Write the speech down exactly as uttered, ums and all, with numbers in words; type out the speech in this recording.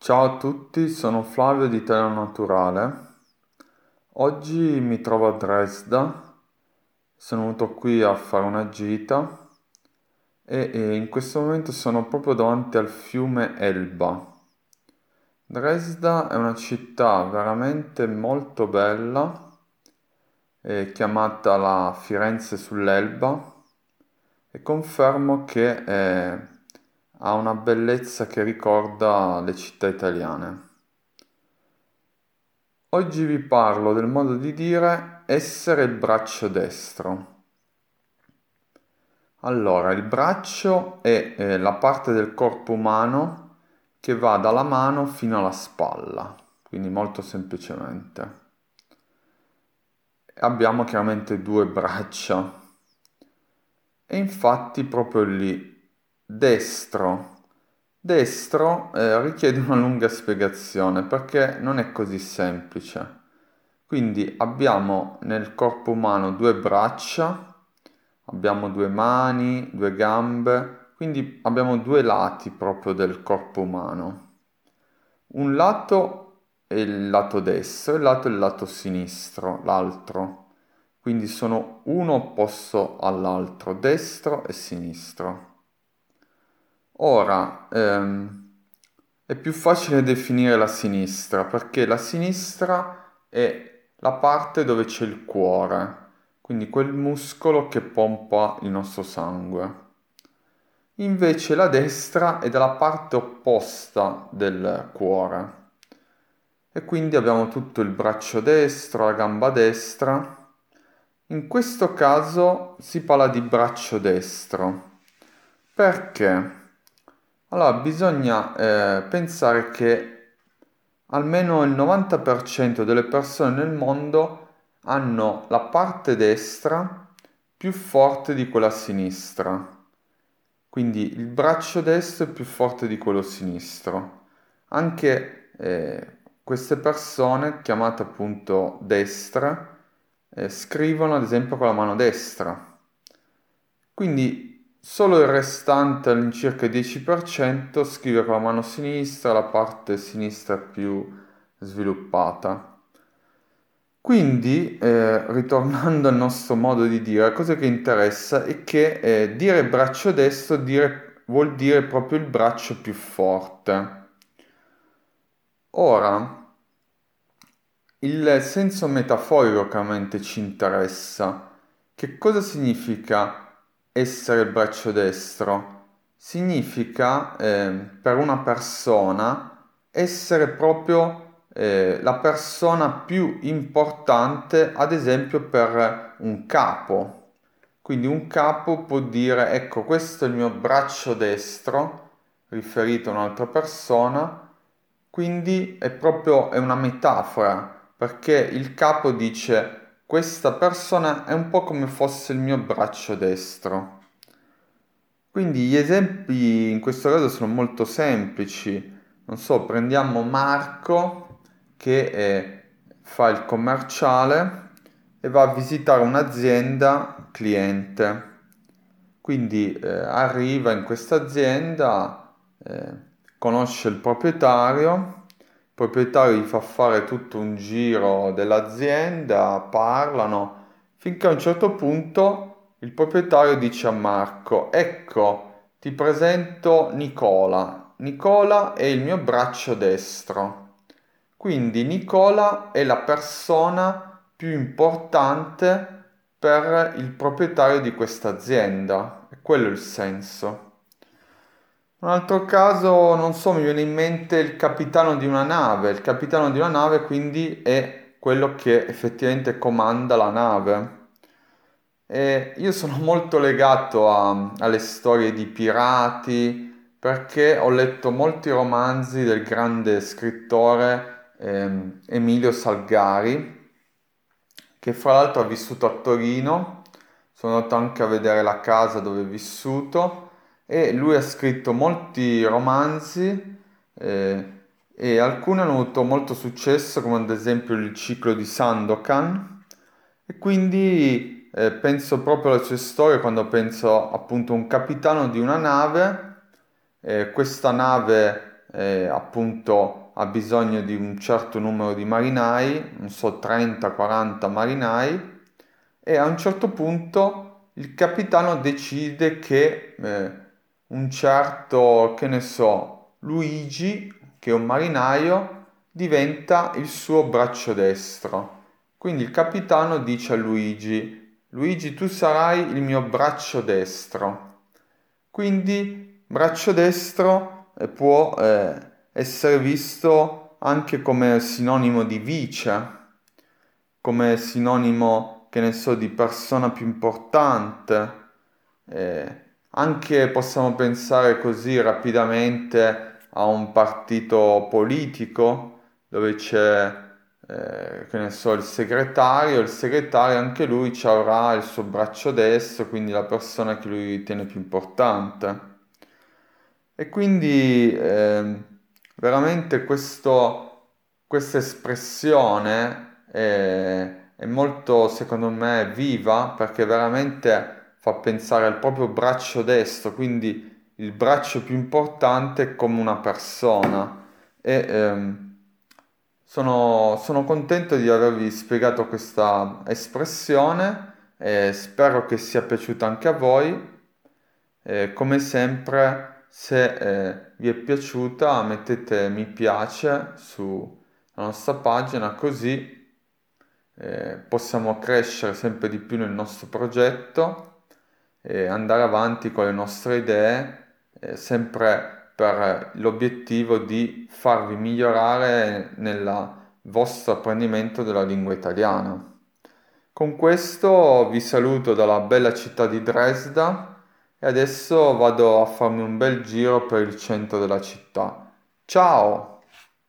Ciao a tutti, sono Flavio di Italia Naturale. Oggi mi trovo a Dresda, sono venuto qui a fare una gita e, e in questo momento sono proprio davanti al fiume Elba. Dresda è una città veramente molto bella, è chiamata la Firenze sull'Elba e confermo che eh, ha una bellezza che ricorda le città italiane. Oggi vi parlo del modo di dire essere il braccio destro. Allora, il braccio è eh, la parte del corpo umano che va dalla mano fino alla spalla, quindi molto semplicemente. Abbiamo chiaramente due braccia e infatti proprio lì, destro. Destro eh, richiede una lunga spiegazione perché non è così semplice. Quindi abbiamo nel corpo umano due braccia, abbiamo due mani, due gambe, quindi abbiamo due lati proprio del corpo umano. Un lato è il lato destro e il lato è il lato sinistro, l'altro. Quindi sono uno opposto all'altro, destro e sinistro. Ora, ehm, è più facile definire la sinistra perché la sinistra è la parte dove c'è il cuore, quindi quel muscolo che pompa il nostro sangue. Invece la destra è dalla parte opposta del cuore e quindi abbiamo tutto il braccio destro, la gamba destra. In questo caso si parla di braccio destro. Perché? Allora, bisogna eh, pensare che almeno il novanta per cento delle persone nel mondo hanno la parte destra più forte di quella sinistra. Quindi il braccio destro è più forte di quello sinistro. Anche eh, queste persone, chiamate appunto destre, eh, scrivono ad esempio con la mano destra. Quindi solo il restante all'incirca dieci per cento scrive con la mano sinistra, la parte sinistra più sviluppata. Quindi, eh, ritornando al nostro modo di dire, la cosa che interessa è che eh, dire braccio destro dire- vuol dire proprio il braccio più forte. Ora, il senso metaforico chiaramente ci interessa. Che cosa significa essere il braccio destro? Significa eh, per una persona essere proprio eh, la persona più importante, ad esempio per un capo. Quindi un capo può dire, ecco, questo è il mio braccio destro, riferito a un'altra persona, quindi è proprio è una metafora, perché il capo dice questa persona è un po' come fosse il mio braccio destro. Quindi gli esempi in questo caso sono molto semplici. Non so, prendiamo Marco che eh, fa il commerciale e va a visitare un'azienda cliente. Quindi eh, arriva in questa azienda, eh, conosce il proprietario, il proprietario gli fa fare tutto un giro dell'azienda, parlano, finché a un certo punto il proprietario dice a Marco, ecco, ti presento Nicola. Nicola è il mio braccio destro. Quindi Nicola è la persona più importante per il proprietario di questa azienda. E quello è il senso. Un altro caso, non so, mi viene in mente il capitano di una nave. Il capitano di una nave quindi è quello che effettivamente comanda la nave. E io sono molto legato a- alle storie di pirati perché ho letto molti romanzi del grande scrittore ehm, Emilio Salgari, che fra l'altro ha vissuto a Torino. Sono andato anche a vedere la casa dove è vissuto e lui ha scritto molti romanzi eh, e alcuni hanno avuto molto successo, come ad esempio il ciclo di Sandokan. E quindi eh, penso proprio alle sue storie quando penso appunto a un capitano di una nave. Eh, questa nave eh, appunto ha bisogno di un certo numero di marinai, non so, trenta quaranta marinai, e a un certo punto il capitano decide che eh, un certo, che ne so, Luigi, che è un marinaio, diventa il suo braccio destro. Quindi il capitano dice a Luigi: Luigi, tu sarai il mio braccio destro. Quindi braccio destro eh, può eh, essere visto anche come sinonimo di vice, come sinonimo, che ne so, di persona più importante. Eh, anche possiamo pensare così rapidamente a un partito politico dove c'è, eh, che ne so, il segretario, il segretario anche lui ci avrà il suo braccio destro, quindi la persona che lui ritiene più importante. E quindi ehm, veramente questo, questa espressione è, è molto, secondo me, viva perché veramente fa pensare al proprio braccio destro, quindi il braccio più importante come una persona. E ehm, sono, sono contento di avervi spiegato questa espressione e spero che sia piaciuta anche a voi. Eh, come sempre, se eh, vi è piaciuta, mettete mi piace sulla nostra pagina, così eh, possiamo crescere sempre di più nel nostro progetto e andare avanti con le nostre idee, eh, sempre per l'obiettivo di farvi migliorare nel vostro apprendimento della lingua italiana. Con questo vi saluto dalla bella città di Dresda e adesso vado a farmi un bel giro per il centro della città. Ciao!